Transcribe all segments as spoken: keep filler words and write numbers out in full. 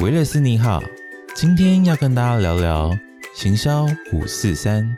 维勒斯你好，今天要跟大家聊聊行销五四三，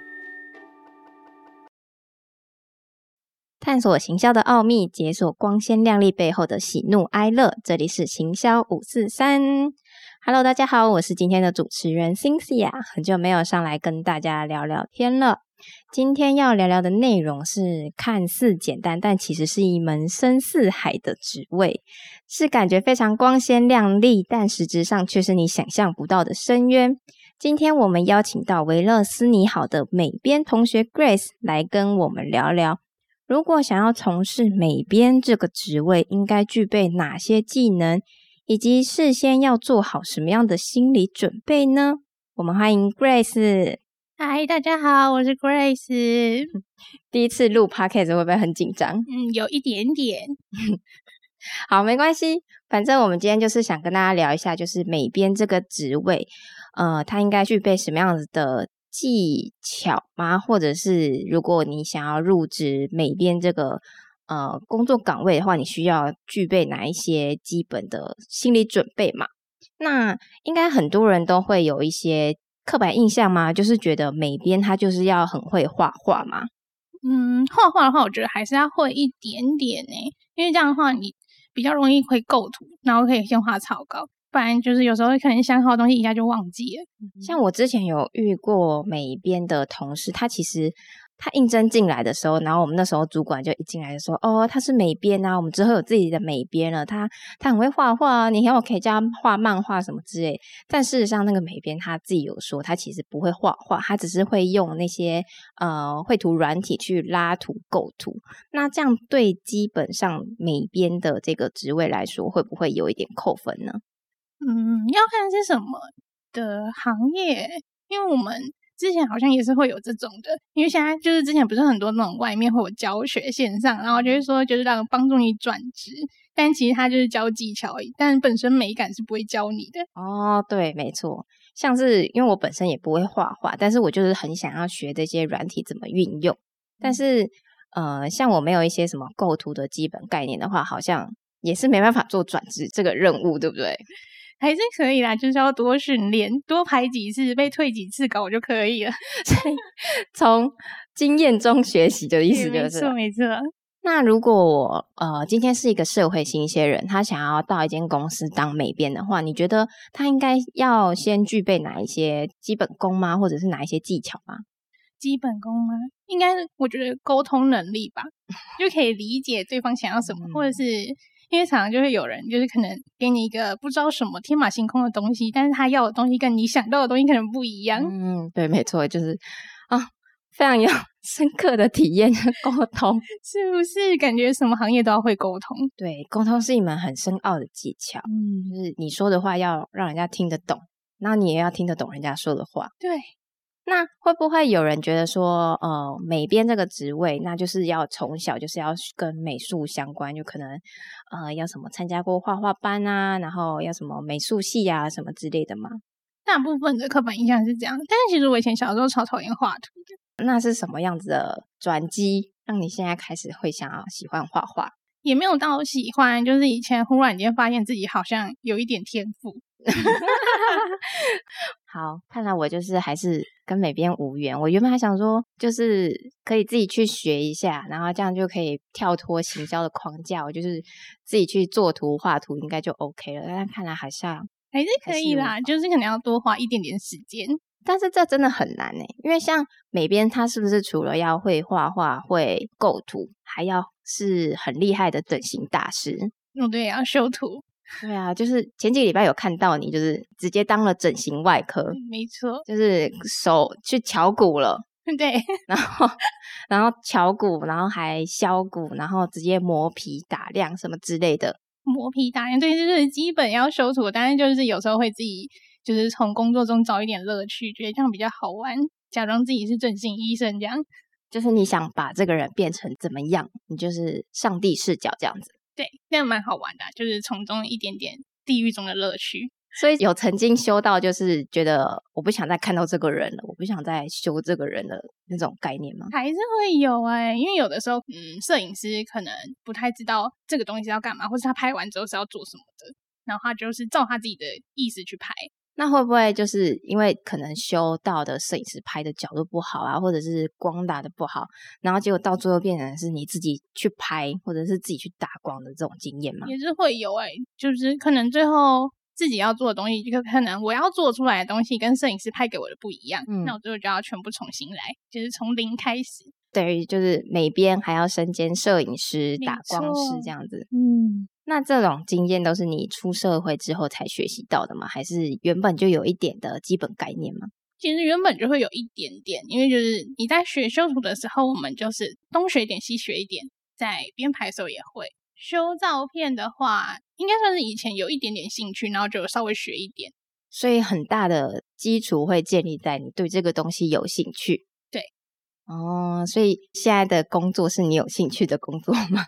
探索行销的奥秘，解锁光鲜亮丽背后的喜怒哀乐。这里是行销五四三。Hello， 大家好，我是今天的主持人 Cynthia， 很久没有上来跟大家聊聊天了。今天要聊聊的内容是看似简单，但其实是一门深似海的职位，是感觉非常光鲜亮丽，但实质上却是你想象不到的深渊。今天我们邀请到维勒斯你好的美编同学 Grace 来跟我们聊聊，如果想要从事美编这个职位，应该具备哪些技能，以及事先要做好什么样的心理准备呢？我们欢迎 Grace。 嗨，大家好，我是 Grace。 第一次录 Podcast 会不会很紧张？ 嗯，有一点点。 好，没关系，反正我们今天就是想跟大家聊一下，就是美编这个职位，呃，它应该具备什么样子的技巧吗？或者是如果你想要入职美编这个呃工作岗位的话，你需要具备哪一些基本的心理准备嘛？那应该很多人都会有一些刻板印象吗？就是觉得美编它就是要很会画画嘛？ 嗯，画画的话，我觉得还是要会一点点诶，因为这样的话你比较容易会构图，然后可以先画草稿，不然就是有时候可能想好的东西一下就忘记了。 像我之前有遇过美编的同事，他其实他应征进来的时候，然后我们那时候主管就一进来就说，哦，他是美编啊，我们之后有自己的美编了，他他很会画画，你看我可以叫他画漫画什么之类。但事实上那个美编他自己有说，他其实不会画画，他只是会用那些呃绘图软体去拉图构图。那这样对基本上美编的这个职位来说，会不会有一点扣分呢？ 嗯，要看是什么的行业，因为我们之前好像也是会有这种的，因为现在就是之前不是很多那种外面会有教学线上，然后就是说就是让帮助你转职，但其实它就是教技巧而已，但本身美感是不会教你的。 哦，对，没错，像是因为我本身也不会画画，但是我就是很想要学这些软体怎么运用，但是呃，像我没有一些什么构图的基本概念的话，好像也是没办法做转职这个任务，对不对？ 还是可以啦，就是要多训练，多排几次，被退几次稿就可以了。 所以从经验中学习的意思就是， 没错没错。 那如果我呃今天是一个社会新鲜人，他想要到一间公司当美编的话，你觉得他应该要先具备哪一些基本功吗？或者是哪一些技巧吗？ 基本功吗？应该我觉得沟通能力吧，就可以理解对方想要什么，嗯、或者是因为常常就会有人就是可能给你一个不知道什么天马行空的东西，但是他要的东西跟你想到的东西可能不一样。 嗯，对，没错，就是啊，非常有深刻的体验沟通， 是不是感觉什么行业都要会沟通？ 对，沟通是一门很深奥的技巧，嗯，就是你说的话要让人家听得懂，然后你也要听得懂人家说的话。 对。 那会不会有人觉得说呃美编这个职位那就是要从小就是要跟美术相关，就可能呃要什么参加过画画班啊，然后要什么美术系啊什么之类的吗？ 大部分的刻板印象是这样，但是其实我以前小时候超讨厌画图的。 那是什么样子的转机让你现在开始会想要喜欢画画？ 也没有到喜欢，就是以前忽然间发现自己好像有一点天赋。 好，看来我就是还是跟美编无缘。我原本还想说就是可以自己去学一下，然后这样就可以跳脱行销的框架，我就是自己去做图画图应该就 OK 了，但看来好像还是可以啦，就是可能要多花一点点时间。 但是这真的很难耶，因为像美编他是不是除了要会画画会构图，还要是很厉害的整形大师？ 哦，对，要修图。 对啊，就是前几个礼拜有看到你就是直接当了整形外科。 嗯、没错， 就是手去敲骨了。 对， 然后然后敲骨，然后还削骨，然后直接磨皮打亮什么之类的。 磨皮打亮，对，就是基本要修图，但是就是有时候会自己就是从工作中找一点乐趣，觉得这样比较好玩，假装自己是整形医生这样。 就是你想把这个人变成怎么样，你就是上帝视角这样子。 对，那蛮好玩的，就是从中一点点地狱中的乐趣。 所以有曾经修到就是觉得我不想再看到这个人了，我不想再修这个人的那种概念吗？ 还是会有哎、欸，因为有的时候嗯，摄影师可能不太知道这个东西要干嘛，或是他拍完之后是要做什么的。 然后他就是照他自己的意思去拍。 那会不会就是因为可能修到的摄影师拍的角度不好啊，或者是光打的不好，然后结果到最后变成是你自己去拍或者是自己去打光的这种经验吗？ 也是会有诶、欸、就是可能最后自己要做的东西，就可能我要做出来的东西跟摄影师拍给我的不一样，嗯、那我最后就要全部重新来，就是从零开始。 对，就是美编还要身兼摄影师、打光师这样子。 嗯， 那这种经验都是你出社会之后才学习到的吗？还是原本就有一点的基本概念吗？ 其实原本就会有一点点，因为就是你在学修图的时候，我们就是东学一点西学一点，在编排的时候也会。修照片的话，应该算是以前有一点点兴趣，然后就稍微学一点。 所以很大的基础会建立在你对这个东西有兴趣。 对。 哦，所以现在的工作是你有兴趣的工作吗？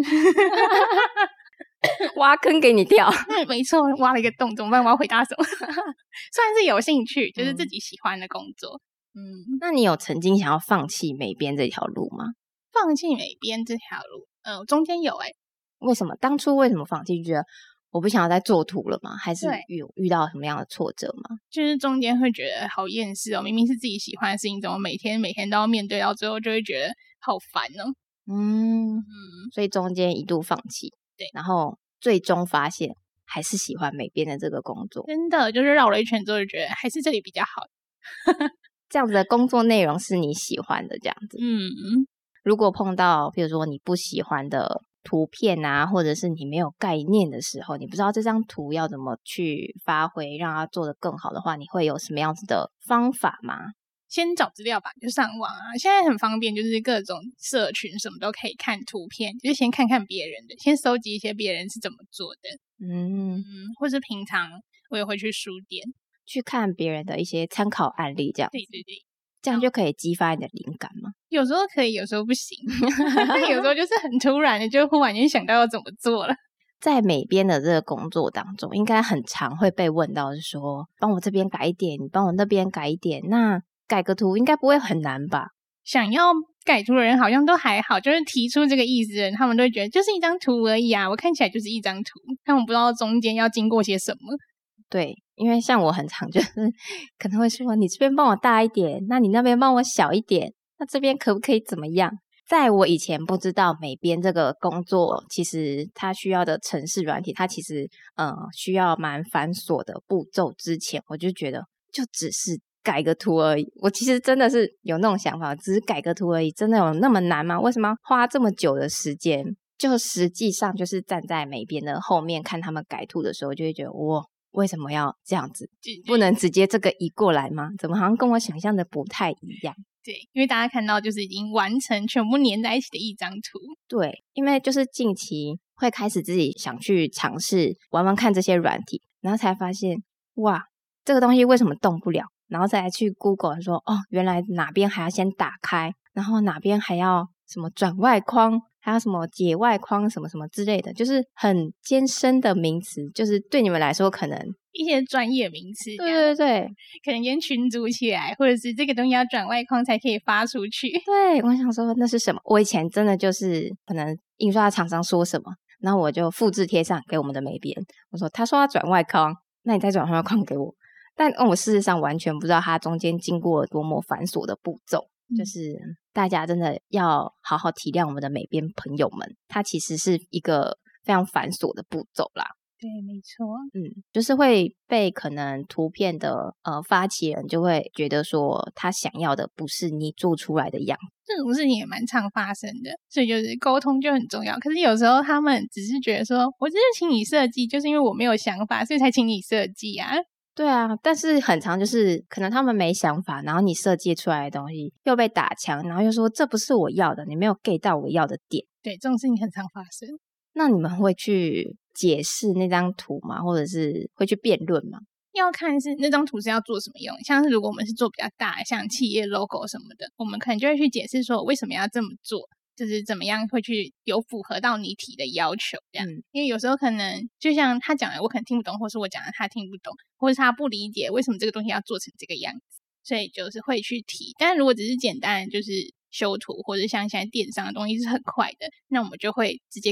挖坑给你跳。 嗯，没错，挖了一个洞，怎么办？我要回答什么？算是有兴趣，就是自己喜欢的工作。 嗯，那你有曾经想要放弃美编这条路吗？ 放弃美编这条路，呃，中间有诶、欸。 为什么？当初为什么放弃？就觉得我不想要再做图了吗？还是有遇到什么样的挫折吗？ 就是中间会觉得好厌世哦，明明是自己喜欢的事情，怎么每天每天都要面对，到最后就会觉得好烦哦。 嗯嗯，所以中间一度放弃， 对， 然后最终发现还是喜欢美编的这个工作。 真的就是绕了一圈之后就觉得还是这里比较好。 这样子的工作内容是你喜欢的这样子。 嗯， 如果碰到比如说你不喜欢的图片啊，或者是你没有概念的时候，你不知道这张图要怎么去发挥让它做得更好的话，你会有什么样子的方法吗？ 先找资料吧，就上网啊，现在很方便，就是各种社群什么都可以看图片，就是先看看别人的，先搜集一些别人是怎么做的。嗯嗯，或是平常我也会去书店去看别人的一些参考案例这样子。 对对对， 这样就可以激发你的灵感吗？ 有时候可以，有时候不行。有时候就是很突然的，就忽然间想到要怎么做了。 在美编的这个工作当中，应该很常会被问到是说，帮我这边改一点，你帮我那边改一点，那改个图应该不会很难吧？ 想要改图的人好像都还好，就是提出这个意思的人，他们都会觉得就是一张图而已啊，我看起来就是一张图，他们不知道中间要经过些什么。 对，因为像我很常就是可能会说，你这边帮我大一点，那你那边帮我小一点，那这边可不可以怎么样？在我以前不知道美编这个工作，其实它需要的程式软体，它其实呃需要蛮繁琐的步骤之前，我就觉得就只是改个图而已。我其实真的是有那种想法，只是改个图而已，真的有那么难吗？为什么要花这么久的时间？就实际上就是站在美编的后面看他们改图的时候，就会觉得哇，为什么要这样子？不能直接这个移过来吗？怎么好像跟我想象的不太一样？ 对，因为大家看到就是已经完成全部粘在一起的一张图。 对，因为就是近期会开始自己想去尝试玩玩看这些软体，然后才发现哇，这个东西为什么动不了？然后再来去 Google 说哦，原来哪边还要先打开，然后哪边还要什么转外框，还有什么解外框什么什么之类的，就是很艰深的名词，就是对你们来说可能一些专业名词。 对对对， 可能先群组起来，或者是这个东西要转外框才可以发出去。 对，我想说那是什么？我以前真的就是可能印刷厂商说什么，然后我就复制贴上给我们的美编，我说他说要转外框，那你再转外框给我。但我事实上完全不知道它中间经过了多么繁琐的步骤。就是大家真的要好好体谅我们的美编朋友们，它其实是一个非常繁琐的步骤啦。 对，没错。 嗯，就是会被可能图片的呃发起人就会觉得说他想要的不是你做出来的样子。 这种事情也蛮常发生的，所以就是沟通就很重要。可是有时候他们只是觉得说，我只是请你设计，就是因为我没有想法，所以才请你设计啊。 对啊，但是很常就是可能他们没想法，然后你设计出来的东西又被打枪，然后又说这不是我要的，你没有 get 到我要的点。 对，这种事情很常发生。 那你们会去解释那张图吗？或者是会去辩论吗？ 要看是那张图是要做什么用，像是如果我们是做比较大，像企业 logo 什么的，我们可能就会去解释说我为什么要这么做，就是怎么样会去有符合到你提的要求这样、嗯、因为有时候可能就像他讲的我可能听不懂，或是我讲的他听不懂，或是他不理解为什么这个东西要做成这个样子，所以就是会去提。但如果只是简单的就是修图，或者像现在电商的东西是很快的，那我们就会直接改。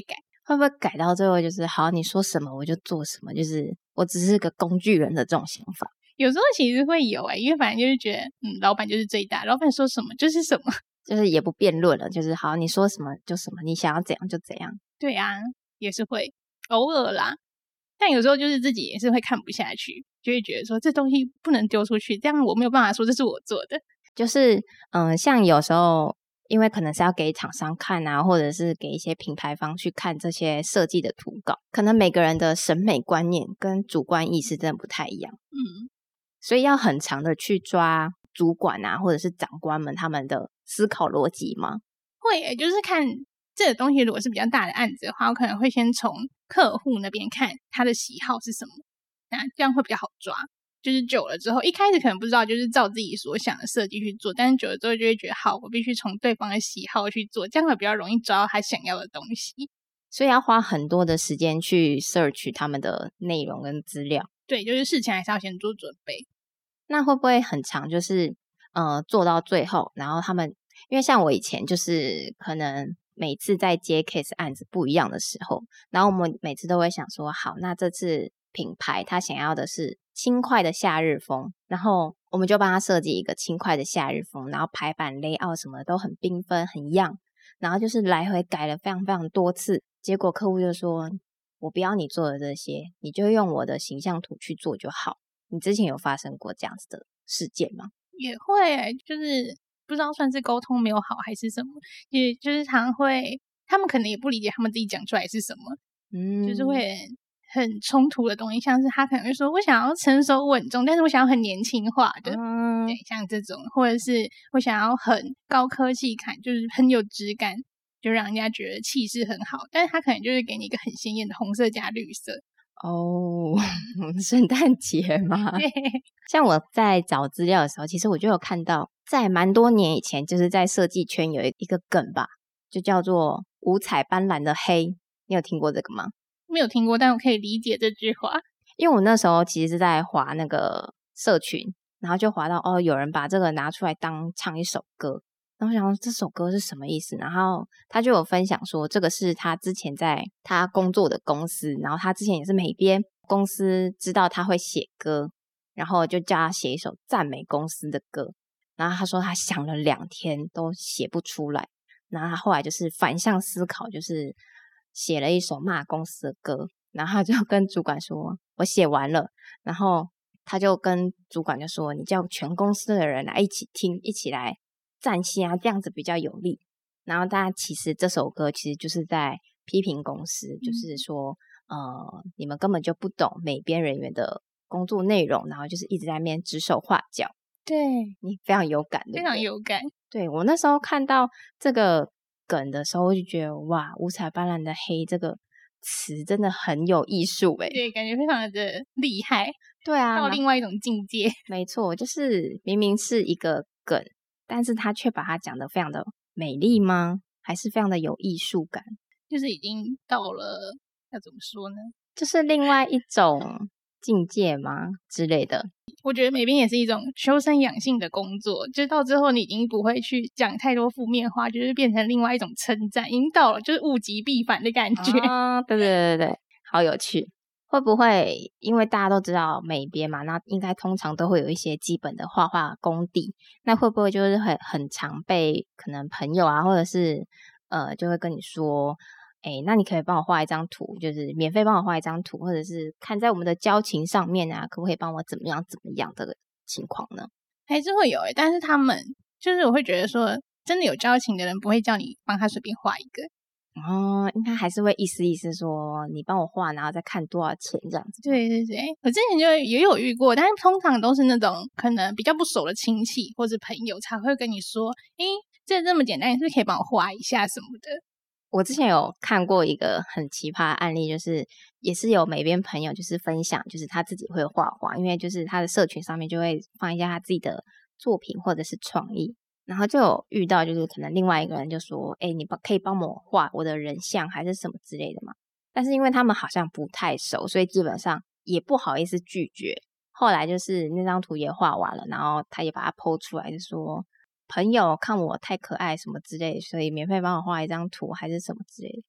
会不会改到最后就是好你说什么我就做什么，就是我只是个工具人的这种想法？ 有时候其实会有诶、欸、因为反正就是觉得嗯，老板就是最大，老板说什么就是什么， 就是也不辩论了，就是好你说什么就什么，你想要怎样就怎样。 对啊，也是会偶尔啦，但有时候就是自己也是会看不下去，就会觉得说这东西不能丢出去，这样我没有办法说这是我做的。 就是嗯、呃，像有时候因为可能是要给厂商看啊，或者是给一些品牌方去看这些设计的图稿，可能每个人的审美观念跟主观意识真的不太一样， 嗯， 所以要很长的去抓主管啊或者是长官们他们的思考逻辑吗？ 会耶、欸、就是看这个东西如果是比较大的案子的话，我可能会先从客户那边看他的喜好是什么，那这样会比较好抓。就是久了之后，一开始可能不知道，就是照自己所想的设计去做，但是久了之后就会觉得，好，我必须从对方的喜好去做，这样会比较容易抓到他想要的东西。 所以要花很多的时间去 search 他们的内容跟资料。 对，就是事前还是要先做准备。 那会不会很长，就是呃做到最后，然后他们因为像我以前就是可能每次在接 case 案子不一样的时候，然后我们每次都会想说，好，那这次品牌他想要的是轻快的夏日风，然后我们就帮他设计一个轻快的夏日风，然后排版 layout 什么都很缤纷很样，然后就是来回改了非常非常多次，结果客户就说我不要你做的这些，你就用我的形象图去做就好。你之前有发生过这样子的事件吗？ 也会、欸、就是不知道算是沟通没有好还是什么，也就是常会他们可能也不理解他们自己讲出来是什么，嗯，就是会很冲突的东西，像是他可能会说我想要成熟稳重，但是我想要很年轻化的、嗯、对，像这种，或者是我想要很高科技感，就是很有质感，就让人家觉得气势很好，但是他可能就是给你一个很鲜艳的红色加绿色。 哦，圣诞节吗？像我在找资料的时候，其实我就有看到在蛮多年以前，就是在设计圈有一个梗吧，就叫做五彩斑斓的黑，你有听过这个吗？ 没有听过，但我可以理解这句话。 因为我那时候其实是在滑那个社群，然后就滑到哦，有人把这个拿出来当唱一首歌，然后我想说这首歌是什么意思，然后他就有分享说这个是他之前在他工作的公司，然后他之前也是美编，公司知道他会写歌，然后就叫他写一首赞美公司的歌，然后他说他想了两天都写不出来，然后他后来就是反向思考，就是写了一首骂公司的歌，然后他就跟主管说我写完了，然后他就跟主管就说你叫全公司的人来一起听，一起来赞析啊，这样子比较有力。然后大家其实这首歌其实就是在批评公司、嗯、就是说呃，你们根本就不懂美编人员的工作内容，然后就是一直在那边指手画脚。 对， 你非常有感，对不对？ 非常有感。 对，我那时候看到这个梗的时候，我就觉得哇，五彩斑斓的黑这个词真的很有艺术诶。 对，感觉非常的厉害。 对啊， 到另外一种境界。 没错，就是明明是一个梗，但是他却把它讲得非常的美丽吗？还是非常的有艺术感？ 就是已经到了要怎么说呢？ 就是另外一种境界吗之类的。 我觉得美编也是一种修身养性的工作，就是到之后你已经不会去讲太多负面话，就是变成另外一种称赞，已经到了就是物极必反的感觉。 啊，对对对对，好有趣。会不会因为大家都知道美编嘛，那应该通常都会有一些基本的画画功底，那会不会就是很很常被可能朋友啊，或者是呃就会跟你说诶，那你可以帮我画一张图，就是免费帮我画一张图，或者是看在我们的交情上面啊，可不可以帮我怎么样怎么样的情况呢？ 还是会有诶、欸、但是他们就是我会觉得说真的有交情的人不会叫你帮他随便画一个哦，应该还是会意思意思说你帮我画，然后再看多少钱这样子。 对对对，我之前就也有遇过，但是通常都是那种可能比较不熟的亲戚或者朋友才会跟你说，诶，这这么简单，你是不是可以帮我画一下什么的。 我之前有看过一个很奇葩的案例，就是也是有美编朋友就是分享，就是他自己会画画，因为就是他的社群上面就会放一下他自己的作品或者是创意，然后就有遇到就是可能另外一个人就说诶，你可以帮我画我的人像还是什么之类的嘛，但是因为他们好像不太熟，所以基本上也不好意思拒绝。后来就是那张图也画完了，然后他也把它 po 出来，就说朋友看我太可爱什么之类的，所以免费帮我画一张图还是什么之类的。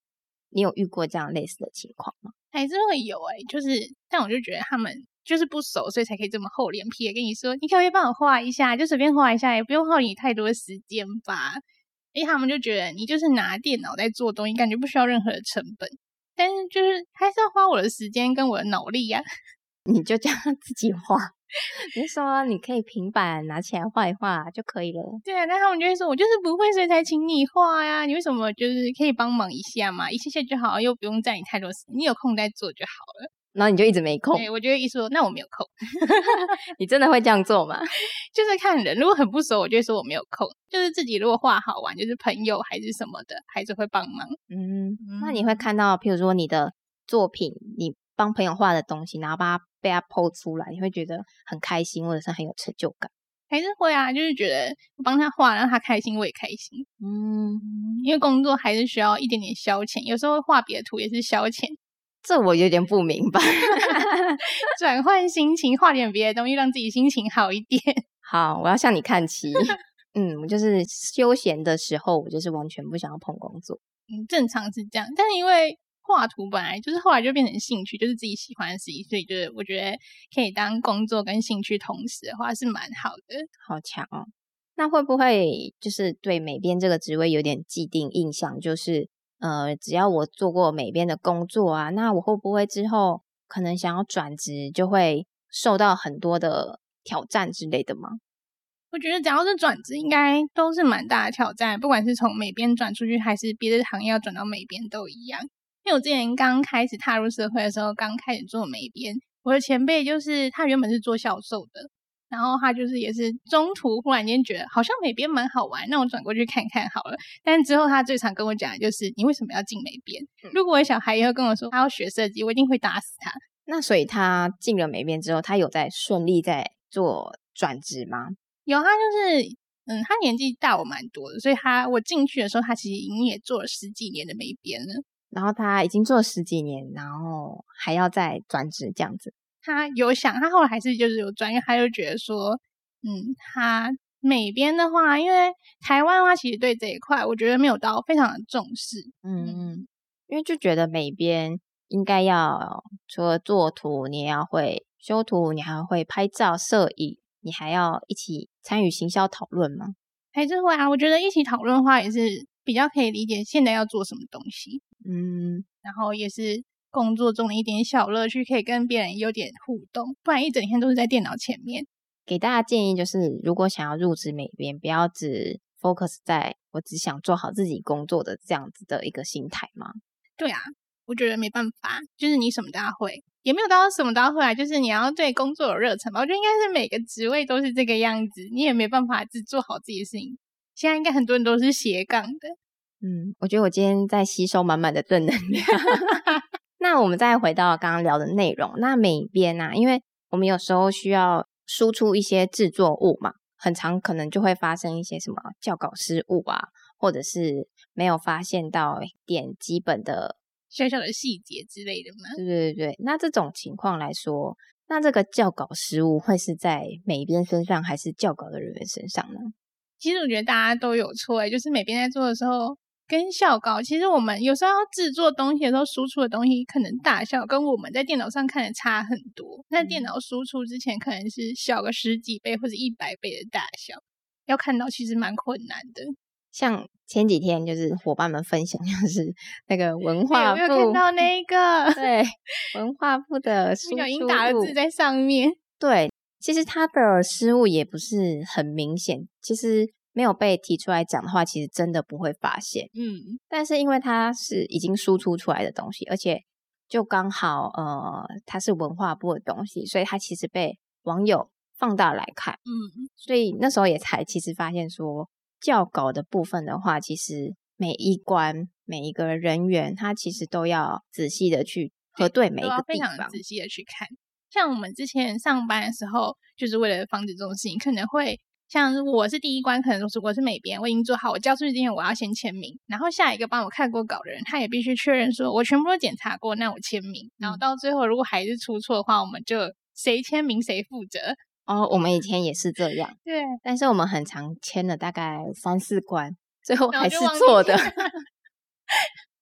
你有遇过这样类似的情况吗？ 还是会有诶、欸、就是但我就觉得他们就是不熟，所以才可以这么厚脸皮的跟你说你可不可以帮我画一下，就随便画一下，也不用耗你太多时间吧。因为他们就觉得你就是拿电脑在做东西，感觉不需要任何的成本，但是就是还是要花我的时间跟我的脑力啊。 你就这样自己画，你说你可以平板拿起来画一画就可以了。 对啊，但他们就会说我就是不会所以才请你画呀，你为什么就是可以帮忙一下嘛，一下下就好，又不用占你太多时间，你有空再做就好了。 然后你就一直没空。 对，我就会一说那我没有空。 你真的会这样做吗？ 就是看人，如果很不熟我就会说我没有空，就是自己如果画好玩，就是朋友还是什么的还是会帮忙。 嗯，那你会看到譬如说你的作品，你帮朋友画的东西，然后把它被他 po 出来，你会觉得很开心或者是很有成就感？ 还是会啊，就是觉得我帮他画让他开心我也开心。嗯，因为工作还是需要一点点消遣，有时候画别的图也是消遣。 这我有点不明白。 转换心情，画点别的东西让自己心情好一点。 好，我要向你看齐。嗯，我就是休闲的时候我就是完全不想要碰工作。 嗯，正常是这样，但是因为画图本来就是后来就变成兴趣，就是自己喜欢的事情，所以就是我觉得可以当工作跟兴趣同时的话是蛮好的。 好强哦。那会不会就是对美编这个职位有点既定印象，就是呃，只要我做过美编的工作啊，那我会不会之后可能想要转职就会受到很多的挑战之类的吗？ 我觉得只要是转职应该都是蛮大的挑战，不管是从美编转出去还是别的行业要转到美编都一样。因为我之前刚开始踏入社会的时候，刚开始做美编，我的前辈就是他原本是做销售的，然后他就是也是中途忽然间觉得好像美编蛮好玩，那我转过去看看好了。但之后他最常跟我讲的就是你为什么要进美编、嗯、如果我小孩以后跟我说他要学设计，我一定会打死他。 那所以他进了美编之后，他有在顺利在做转职吗？ 有，他就是嗯，他年纪大我蛮多的，所以他我进去的时候他其实已经也做了十几年的美编了。 然后他已经做了十几年，然后还要再转职这样子。 他有想，他后来还是就是有转，因为他就觉得说嗯，他美编的话，因为台湾的话其实对这一块我觉得没有到非常的重视。 嗯嗯，因为就觉得美编应该要除了做图，你也要会修图，你还会拍照摄影，你还要一起参与行销讨论吗？ 还是会啊，我觉得一起讨论的话也是比较可以理解现在要做什么东西。嗯，然后也是工作中的一点小乐趣，可以跟别人有点互动，不然一整天都是在电脑前面。 给大家建议就是，如果想要入职美编，不要只 focus 在我只想做好自己工作的这样子的一个心态吗？ 对啊，我觉得没办法，就是你什么都要会，也没有到什么都要会啊，就是你要对工作有热忱吧。我觉得应该是每个职位都是这个样子，你也没办法只做好自己的事情。现在应该很多人都是斜杠的。 嗯，我觉得我今天在吸收满满的正能量。那我们再回到刚刚聊的内容，那美编啊，因为我们有时候需要输出一些制作物嘛，很常可能就会发生一些什么校稿失误啊，或者是没有发现到点基本的小小的细节之类的嘛。 对对对，那这种情况来说，那这个校稿失误会是在美编身上还是校稿的人员身上呢？ 其实我觉得大家都有错诶，就是美编在做的时候跟校稿，其实我们有时候要制作东西的时候，输出的东西可能大小跟我们在电脑上看的差很多。那电脑输出之前可能是小个十几倍或者一百倍的大小，要看到其实蛮困难的。 像前几天就是伙伴们分享，就是那个文化部， 我有看到那个对文化部的输出物， 小英打了字在上面。 对，其实他的失误也不是很明显，其实没有被提出来讲的话，其实真的不会发现。嗯，但是因为它是已经输出出来的东西，而且就刚好呃，它是文化部的东西，所以它其实被网友放大来看。嗯，所以那时候也才其实发现说，校稿的部分的话，其实每一关每一个人员，他其实都要仔细的去核对每一个地方， 非常仔细的去看。像我们之前上班的时候，就是为了防止这种事情，可能会像我是第一关，可能是我是美编，我已经做好，我交出去之前我要先签名，然后下一个帮我看过稿的人，他也必须确认说我全部都检查过，那我签名，然后到最后如果还是出错的话，我们就谁签名谁负责。 哦，我们以前也是这样， 对， 但是我们很常签了大概三四关，最后还是错的。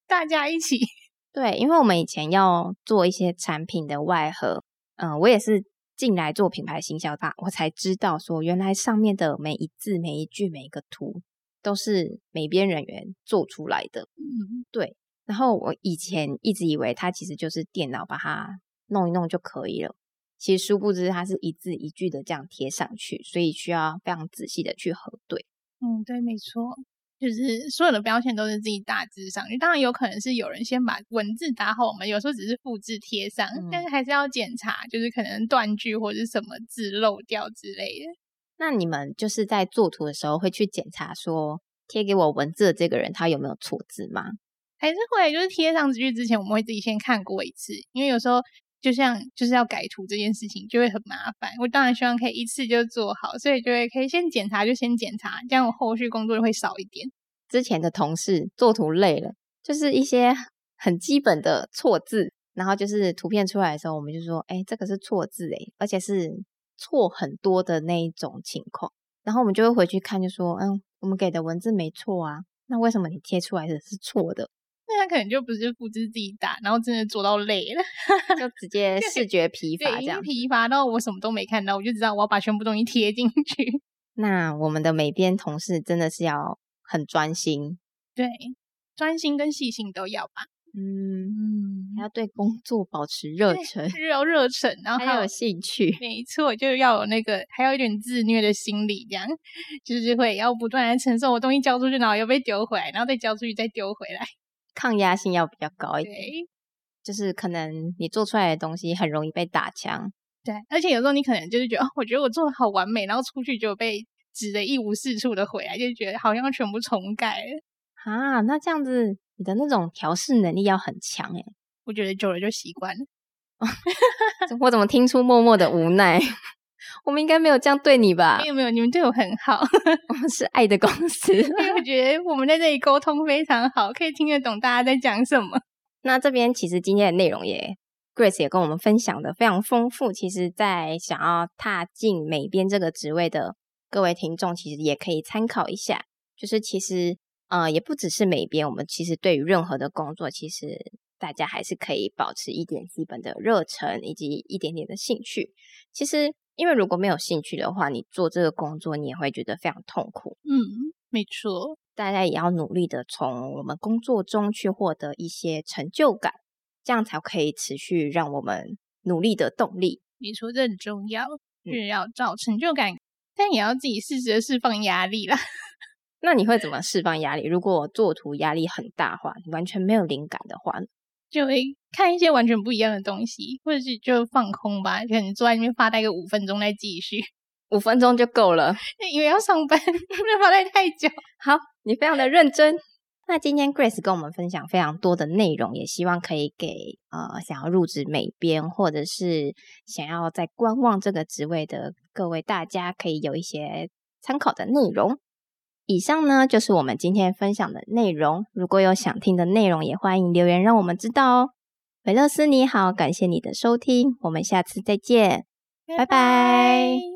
大家一起。 对，因为我们以前要做一些产品的外盒，嗯，我也是进来做品牌行销大，我才知道说原来上面的每一字每一句每一个图都是美编人员做出来的。嗯，对。然后我以前一直以为它其实就是电脑把它弄一弄就可以了，其实殊不知它是一字一句的这样贴上去，所以需要非常仔细的去核对。 嗯，对，没错。就是所有的标签都是自己打字上去，当然有可能是有人先把文字打好，我们有时候只是复制贴上、嗯、但是还是要检查，就是可能断句或者是什么字漏掉之类的。 那你们就是在做图的时候会去检查说贴给我文字的这个人他有没有错字吗？ 还是会，就是贴上去之前我们会自己先看过一次，因为有时候就像就是要改图这件事情就会很麻烦，我当然希望可以一次就做好，所以就会可以先检查就先检查，这样我后续工作会少一点。 之前的同事做图累了，就是一些很基本的错字，然后就是图片出来的时候我们就说诶这个是错字诶，而且是错很多的那一种情况，然后我们就会回去看就说嗯，我们给的文字没错啊，那为什么你贴出来的是错的？ 那他可能就不是复制自己打，然后真的做到累了就直接视觉疲乏这样， 对，疲乏到我什么都没看到，我就知道我要把全部东西贴进去。 那我们的美编同事真的是要很专心， 对，专心跟细心都要吧。 嗯，还要对工作保持热忱， 要热忱，然后还有兴趣。 没错，就要有那个，还有一点自虐的心理，这样就是会要不断的承受我东西交出去，然后又被丢回来，然后再交出去，再丢回来。 抗压性要比较高一点， 对， 就是可能你做出来的东西很容易被打枪。 对，而且有时候你可能就是觉得，哦，我觉得我做的好完美，然后出去就被指得一无是处的回来，就觉得好像全部重改了啊。那这样子，你的那种调试能力要很强诶。 我觉得久了就习惯了。 我怎么听出默默的无奈？我们应该没有这样对你吧？ 没有没有，你们对我很好。 我们是爱的公司。 因为我觉得我们在这里沟通非常好，可以听得懂大家在讲什么。 那这边其实今天的内容也 Grace 也跟我们分享的非常丰富，其实在想要踏进美编这个职位的各位听众其实也可以参考一下，就是其实呃也不只是美编，我们其实对于任何的工作其实大家还是可以保持一点基本的热忱以及一点点的兴趣。其实因为如果没有兴趣的话，你做这个工作你也会觉得非常痛苦。 嗯，没错， 大家也要努力的从我们工作中去获得一些成就感，这样才可以持续让我们努力的动力。 没错，这很重要，就是要找成就感、嗯、但也要自己适时的释放压力啦。 那你会怎么释放压力？如果做图压力很大的话，你完全没有灵感的话， 就会看一些完全不一样的东西，或者是就放空吧，可能坐在那边发呆个五分钟再继续。 五分钟就够了， 因为要上班，不能发呆太久。 好，你非常的认真。那今天 Grace 跟我们分享非常多的内容，也希望可以给呃想要入职美编或者是想要在观望这个职位的各位大家可以有一些参考的内容。以上呢就是我们今天分享的内容，如果有想听的内容也欢迎留言让我们知道哦。美乐斯你好，感谢你的收听，我们下次再见，拜拜。拜拜。